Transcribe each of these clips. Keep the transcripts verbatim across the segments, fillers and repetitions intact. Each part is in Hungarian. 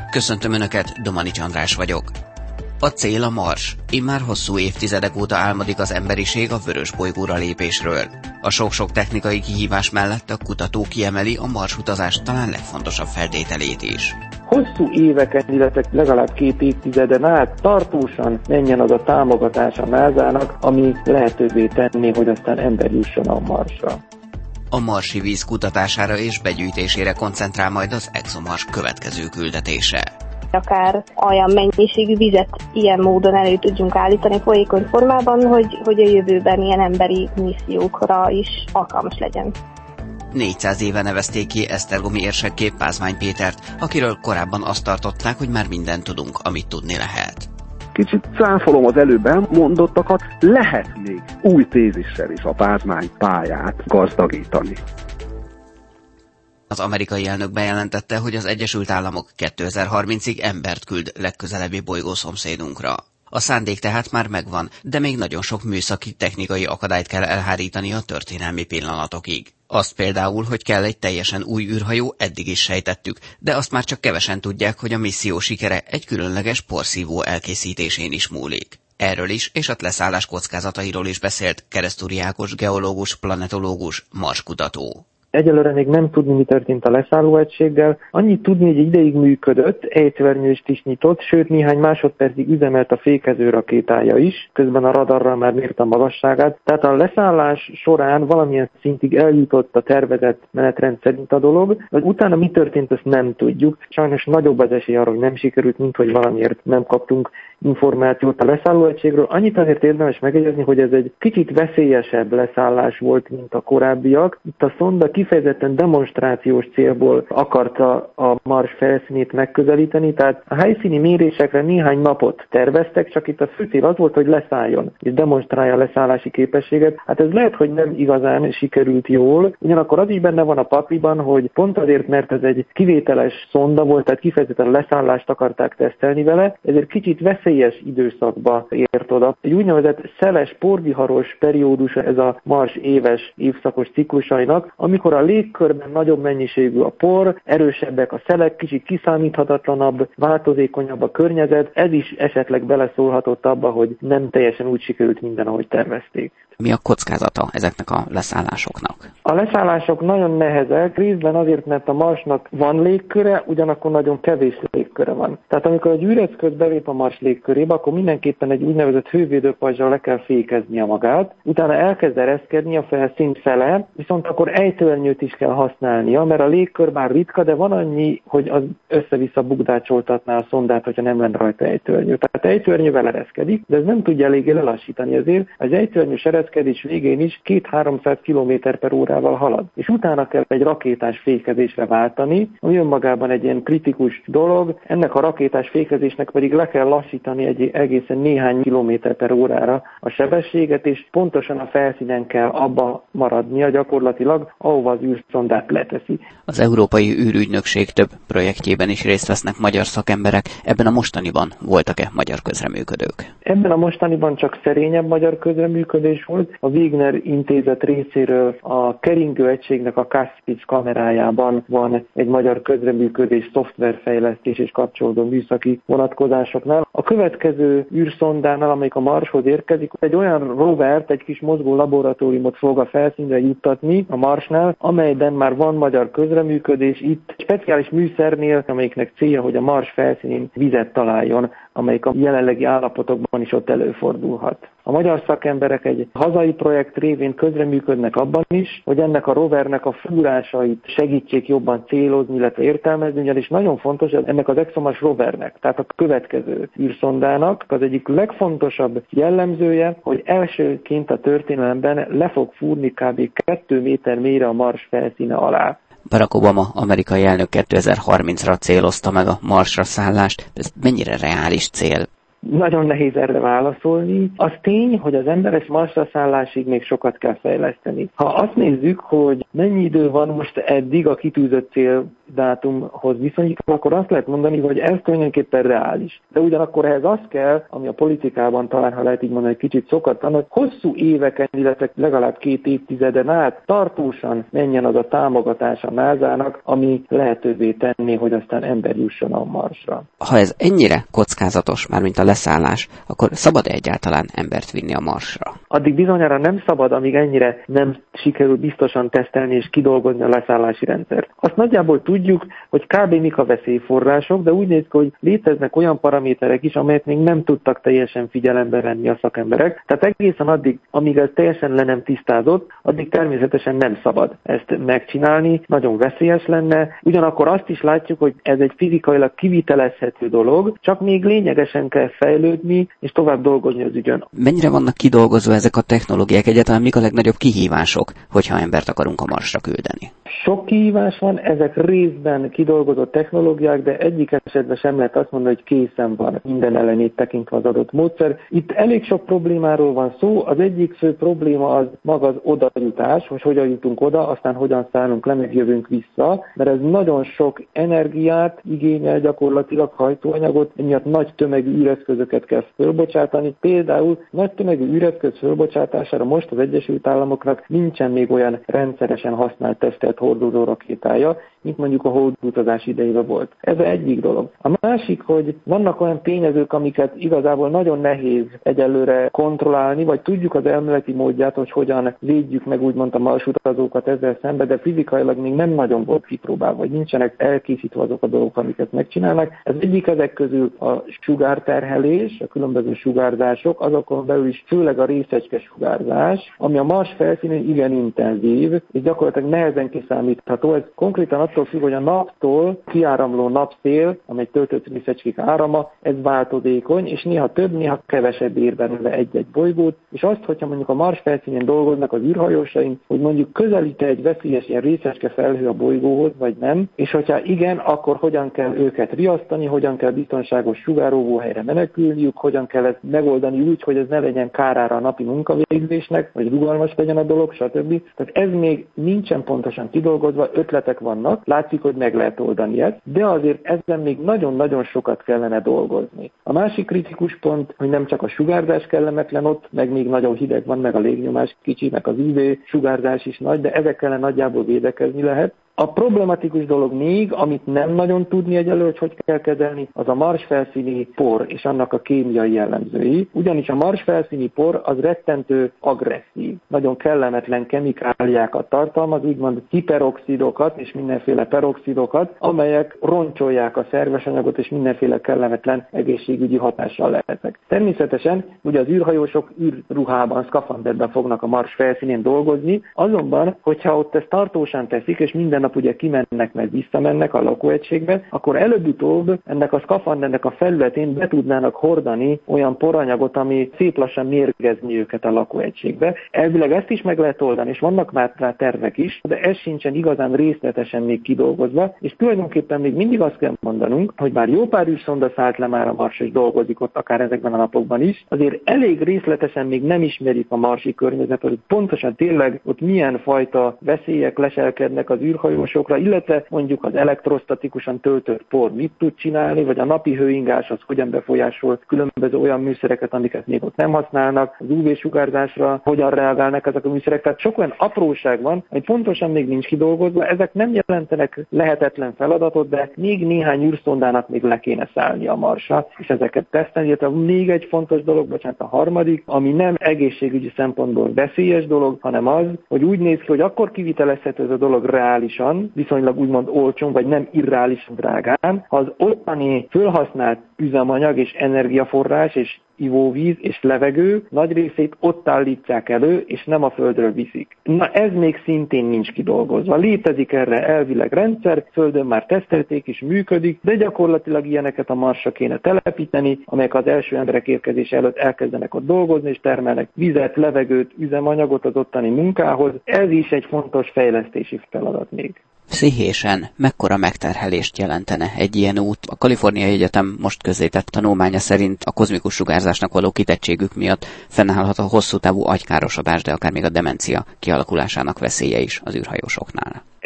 Köszöntöm Önöket, Domanics András vagyok. A cél a Mars. Immár hosszú évtizedek óta álmodik az emberiség a vörös bolygóra lépésről. A sok-sok technikai kihívás mellett a kutató kiemeli a Mars utazás talán legfontosabb feltételét is. Hosszú éveken, illetve legalább két évtizeden át tartósan menjen az a támogatás a nászának, ami lehetővé tenni, hogy aztán ember jusson a Marsra. A marsi víz kutatására és begyűjtésére koncentrál majd az ExoMars következő küldetése. Akár olyan mennyiségű vizet ilyen módon elő tudjunk állítani folyékony formában, hogy, hogy a jövőben ilyen emberi missziókra is alkalmas legyen. négyszáz éve nevezték ki esztergomi érsekké Pázmány Pétert, akiről korábban azt tartották, hogy már mindent tudunk, amit tudni lehet. Kicsit cáfolom az előbb elmondottakat, lehet még új tézissel is a Pázmány pályát gazdagítani. Az amerikai elnök bejelentette, hogy az Egyesült Államok kétezer-harmincig embert küld legközelebbi bolygószomszédunkra. A szándék tehát már megvan, de még nagyon sok műszaki, technikai akadályt kell elhárítani a történelmi pillanatokig. Azt például, hogy kell egy teljesen új űrhajó, eddig is sejtettük, de azt már csak kevesen tudják, hogy a misszió sikere egy különleges porszívó elkészítésén is múlik. Erről is, és a leszállás kockázatairól is beszélt Keresztúri Ákos geológus, planetológus, marskutató. Egyelőre még nem tudni, mi történt a leszállóegységgel. Annyit tudni, hogy ideig működött, ejtőernyőst is nyitott, sőt néhány másodpercig üzemelt a fékező rakétája is, közben a radarral már mérte a magasságát. Tehát a leszállás során valamilyen szintig eljutott a tervezett menetrend szerint a dolog, vagy utána mi történt, azt nem tudjuk. Sajnos nagyobb az esély arra, hogy nem sikerült, mint hogy valamiért nem kaptunk információt a leszállóegységről. Annyit azért érdemes megjegyezni, hogy ez egy kicsit veszélyesebb leszállás volt, mint a korábbiak. Itt a szonda kifejezetten demonstrációs célból akarta a Mars felszínét megközelíteni, tehát a helyszíni mérésekre néhány napot terveztek, csak itt a fő cél az volt, hogy leszálljon, és demonstrálja a leszállási képességet. Hát ez lehet, hogy nem igazán sikerült jól, ugyanakkor az is benne van a pakliban, hogy pont azért, mert ez egy kivételes szonda volt, tehát kifejezetten a leszállást akarták tesztelni vele, ezért kicsit veszélyes időszakba ért oda. Egy úgynevezett szeles, porviharos periódus ez a Mars éves évszakos ciklusainak, amikor a légkörben nagyobb mennyiségű a por, erősebbek a szelek, kicsit kiszámíthatatlanabb, változékonyabb a környezet, ez is esetleg beleszólhatott abba, hogy nem teljesen úgy sikerült minden, ahogy tervezték. Mi a kockázata ezeknek a leszállásoknak? A leszállások nagyon nehezek, részben azért, mert a Marsnak van légköre, ugyanakkor nagyon kevés légköre van. Tehát amikor egy űreszköz belép a Mars légkörébe, akkor mindenképpen egy úgynevezett hővédőpajzsal le kell fékeznie magát, utána elkezd ereszkedni a felszín fele, viszont akkor ejtőernyőt is kell használnia, mert a légkör bár ritka, de van annyi, hogy az össze-vissza bugdácsoltatná a szondát, hogyha nem lenne rajta ejtőernyő. Tehát ejtőernyővel ereszkedik, de ez nem tudja eléggé lelassítani, ezért az ejtőernyős ereszkedés végén is két-háromszáz kilométer per órával halad. És utána kell egy rakétás fékezésre váltani, ami önmagában egy ilyen kritikus dolog, ennek a rakétás fékezésnek pedig le kell lassítani egy egészen néhány kilométer per órára a sebességet, és pontosan a felszínen kell abba maradnia gyakorlatilag, ahova az űrszondát leteszi. Az Európai űrügynökség több projektjében is részt vesznek magyar szakemberek, ebben a mostaniban voltak-e magyar közreműködők? Ebben a mostaniban csak szerényebb magyar közreműködés volt. A Wegener intézet részéről a keringő egységnek a Caspix kamerájában van egy magyar közreműködés, szoftverfejlesztés és kapcsolódó műszaki vonatkozásoknál. A következő űrszondánál, amelyik a Marshoz érkezik, egy olyan rovert, egy kis mozgó laboratóriumot fog a felszínre juttatni a Marsnál, amelyben már van magyar közreműködés. Itt speciális műszernél, amelyiknek célja, hogy a Mars felszínén vizet találjon, amelyik a jelenlegi állapotokban is ott előfordulhat. A magyar szakemberek egy hazai projekt révén közreműködnek abban is, hogy ennek a rovernek a fúrásait segítsék jobban célozni, illetve értelmezni, ugyanis nagyon fontos ennek az ExoMars rovernek, tehát a következő űrszondának az egyik legfontosabb jellemzője, hogy elsőként a történelemben le fog fúrni kb. kettő méter mélyre a Mars felszíne alá. Barack Obama amerikai elnök kétezer-harmincra célozta meg a Marsra szállást. Ez mennyire reális cél? Nagyon nehéz erre válaszolni. Az tény, hogy az emberes Marsra szállásig még sokat kell fejleszteni. Ha azt nézzük, hogy mennyi idő van most eddig a kitűzött cél dátumhoz viszonyítva, akkor azt lehet mondani, hogy ez tulajdonképpen reális. De ugyanakkor ehhez az kell, ami a politikában talán, ha lehet így mondani, egy kicsit szokatlan, hogy hosszú éveken, illetve legalább két évtizeden át tartósan menjen az a támogatás a nászának, ami lehetővé tenné, hogy aztán ember jusson a Marsra. Ha ez ennyire kockázatos, már mint a leszállás, akkor szabad-e egyáltalán embert vinni a Marsra? Addig bizonyára nem szabad, amíg ennyire nem sikerül biztosan tesztelni és kidolgozni a leszállási rendszert. Azt nagyjából tudjuk, hogy kb. Mik a veszélyforrások, de úgy néz ki, hogy léteznek olyan paraméterek is, amelyet még nem tudtak teljesen figyelembe venni a szakemberek. Tehát egészen addig, amíg ez teljesen le nem tisztázott, addig természetesen nem szabad ezt megcsinálni, nagyon veszélyes lenne. Ugyanakkor azt is látjuk, hogy ez egy fizikailag kivitelezhető dolog, csak még lényegesen kell fejlődni és tovább dolgozni az ügyön. Mennyire vannak kidolgozva ezek a technológiák, egyáltalán mik a legnagyobb kihívások, hogyha embert akarunk a Marsra küldeni? Sok kihívás van, ezek részben kidolgozott technológiák, de egyik esetben sem lehet azt mondani, hogy készen van minden ellenét tekintve az adott módszer. Itt elég sok problémáról van szó, az egyik fő probléma az maga az odajutás, hogy hogyan jutunk oda, aztán hogyan szállunk le, meg jövünk vissza, mert ez nagyon sok energiát igényel, gyakorlatilag hajtóanyagot, emiatt nagy tömegű űreszközöket kell fölbocsátani. Például nagy tömegű űreszköz fölbocsátására most az Egyesült Államoknak nincsen még olyan rendszeresen használt tesztelt hordozó rakétája, mint mondjuk a holdutazás idejében volt. Ez egyik dolog. A másik, hogy vannak olyan tényezők, amiket igazából nagyon nehéz egyelőre kontrollálni, vagy tudjuk az elméleti módját, hogy hogyan védjük meg úgymond a marsutazókat ezzel szemben, de fizikailag még nem nagyon volt kipróbálva, vagy nincsenek elkészítve azok a dolgok, amiket megcsinálnak. Ez egyik ezek közül a sugárterhelés, a különböző sugárzások, azokon belül is főleg a részecske sugárzás, ami a Mars felszínén igen intenzív, és gyakorlatilag nehezen kiszámítható. Ez konkrétan attól függ, hogy a naptól kiáramló napszél, amely töltött részecskék árama, ez változékony, és néha több, néha kevesebb ér belőle egy-egy bolygót, és azt, hogyha mondjuk a Mars felszínén dolgoznak az űrhajósaink, hogy mondjuk közelít egy veszélyes ilyen részecske felhő a bolygóhoz, vagy nem, és hogyha igen, akkor hogyan kell őket riasztani, hogyan kell biztonságos sugáróvóhelyre menekülniük, hogyan kell ezt megoldani úgy, hogy ez ne legyen kárára a napi munkavégzésnek, vagy rugalmas legyen a dolog, stb. Tehát ez még nincsen pontosan kidolgozva, ötletek vannak, látszik, hogy meg lehet oldani ezt, de azért ezen még nagyon-nagyon sokat kellene dolgozni. A másik kritikus pont, hogy nem csak a sugárzás kellemetlen ott, meg még nagyon hideg van, meg a légnyomás kicsi, meg az ú vé sugárzás is nagy, de ezekkel nagyjából védekezni lehet. A problematikus dolog még, amit nem nagyon tudni egyelőre, hogy hogy kell kezelni, az a Mars felszíni por és annak a kémiai jellemzői. Ugyanis a Mars felszíni por az rettentő agresszív, nagyon kellemetlen kemikáliákat tartalmaz, úgymond hiperoxidokat és mindenféle peroxidokat, amelyek roncsolják a szerves anyagot és mindenféle kellemetlen egészségügyi hatással lehetnek. Természetesen ugye az űrhajósok űrruhában, szkafanderben fognak a Mars felszínén dolgozni, azonban, hogyha ott ezt tartósan teszik, és minden nap ugye kimennek, meg visszamennek a lakóegységbe, akkor előbb-utóbb ennek a szkafandernek a felületén be tudnának hordani olyan poranyagot, ami szép lassan mérgezni őket a lakóegységbe. Elvileg ezt is meg lehet oldani, és vannak már rá tervek is, de ez sincsen igazán részletesen még kidolgozva, és tulajdonképpen még mindig azt kell mondanunk, hogy már jó pár űrszonda szállt le már a Marsra, és dolgozik ott akár ezekben a napokban is, azért elég részletesen még nem ismerik a marsi környezetet, hogy pontosan tényleg ott milyen fajta veszélyek leselkednek az űrhajósokra, illetve mondjuk az elektrostatikusan töltött por mit tud csinálni, vagy a napi hőingás az hogyan befolyásol különböző olyan műszereket, amiket még ott nem használnak, az ú vé-sugárzásra hogyan reagálnak ezek a műszerek. Tehát sok olyan apróság van, hogy pontosan még nincs kidolgozva, ezek nem jelentenek lehetetlen feladatot, de még néhány űrszondának még le kéne szállni a Marsra, és ezeket tesztelni. Illetve még egy fontos dolog, bocsánat, a harmadik, ami nem egészségügyi szempontból veszélyes dolog, hanem az, hogy úgy néz ki, hogy akkor kivitelezhető ez a dolog reálisan, viszonylag úgymond olcsón, vagy nem irreálisan drágán, ha az ottani fölhasznált üzemanyag és energiaforrás és ivóvíz és levegő nagy részét ott állítják elő, és nem a Földről viszik. Na ez még szintén nincs kidolgozva. Létezik erre elvileg rendszer, Földön már tesztelték és működik, de gyakorlatilag ilyeneket a Marsra kéne telepíteni, amelyek az első emberek érkezése előtt elkezdenek ott dolgozni, és termelnek vizet, levegőt, üzemanyagot az ottani munkához. Ez is egy fontos fejlesztési feladat még. Pszichésen mekkora megterhelést jelentene egy ilyen út? A Kaliforniai Egyetem most közzétett tanulmánya szerint a kozmikus sugárzásnak való kitettségük miatt fennállhat a hosszú távú agykárosodás, de akár még a demencia kialakulásának veszélye is az űrhajósoknál.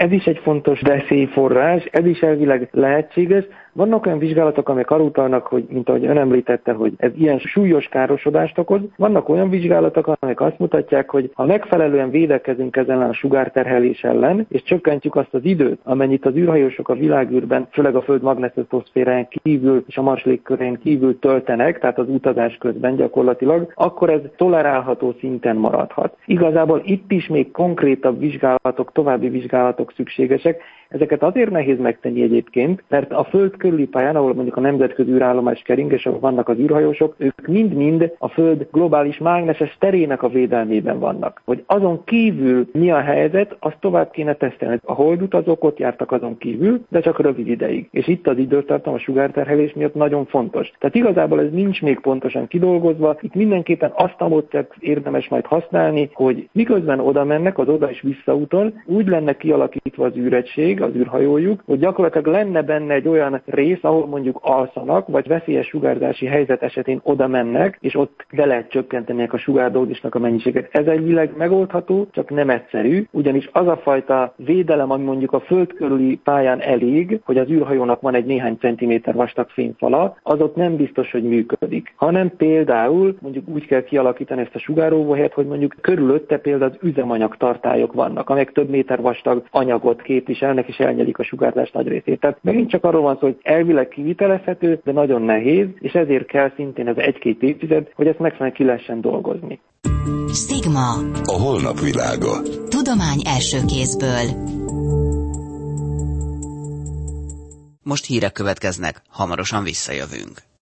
ez is egy fontos veszélyforrás, ez is elvileg lehetséges. Vannak olyan vizsgálatok, amelyek arra utalnak, hogy, mint ahogy ön említette, hogy ez ilyen súlyos károsodást okoz. Vannak olyan vizsgálatok, amelyek azt mutatják, hogy ha megfelelően védekezünk ezen a sugárterhelés ellen, és csökkentjük azt az időt, amennyit az űrhajósok a világűrben, főleg a Föld magnetoszféráján kívül és a Mars légkörén kívül töltenek, tehát az utazás közben gyakorlatilag, akkor ez tolerálható szinten maradhat. Igazából itt is még konkrétabb vizsgálatok, további vizsgálatok szükségesek. Ezeket azért nehéz megtenni egyébként, mert a Föld körüli pályán, ahol mondjuk a nemzetközi űrállomás kering, és ahol vannak az űrhajósok, ők mind-mind a Föld globális mágneses terének a védelmében vannak. Hogy azon kívül mi a helyzet, azt tovább kéne tesztelni. A holdutazók ott jártak azon kívül, de csak rövid ideig. És itt az időtartam a sugárterhelés miatt nagyon fontos. Tehát igazából ez nincs még pontosan kidolgozva. Itt mindenképpen azt a módszert érdemes majd használni, hogy miközben oda mennek, az oda és visszaúton, úgy lenne kialakítva az űregység, az űrhajójuk, hogy gyakorlatilag lenne benne egy olyan rész, ahol mondjuk alszanak, vagy veszélyes sugárzási helyzet esetén oda mennek, és ott le lehet csökkenteni a sugárdózisnak a mennyiséget. Ez egyvileg megoldható, csak nem egyszerű, ugyanis az a fajta védelem, ami mondjuk a Föld körüli pályán elég, hogy az űrhajónak van egy néhány centiméter vastag fényfala, az ott nem biztos, hogy működik. Hanem például mondjuk úgy kell kialakítani ezt a sugáróvóhelyet, hogy mondjuk körülötte például az üzemanyagtartályok vannak, amelyek több méter vastag anyagot képviselnek, és elnyelik a sugárzás nagy részét. Tehát megint csak arról van szó, hogy elvileg kivitelezhető, de nagyon nehéz, és ezért kell szintén ez egy-két évtized, hogy ezt megfelelően ki lehessen dolgozni. Stigma. A holnap világa. Tudomány első kézből. Most hírek következnek, hamarosan visszajövünk.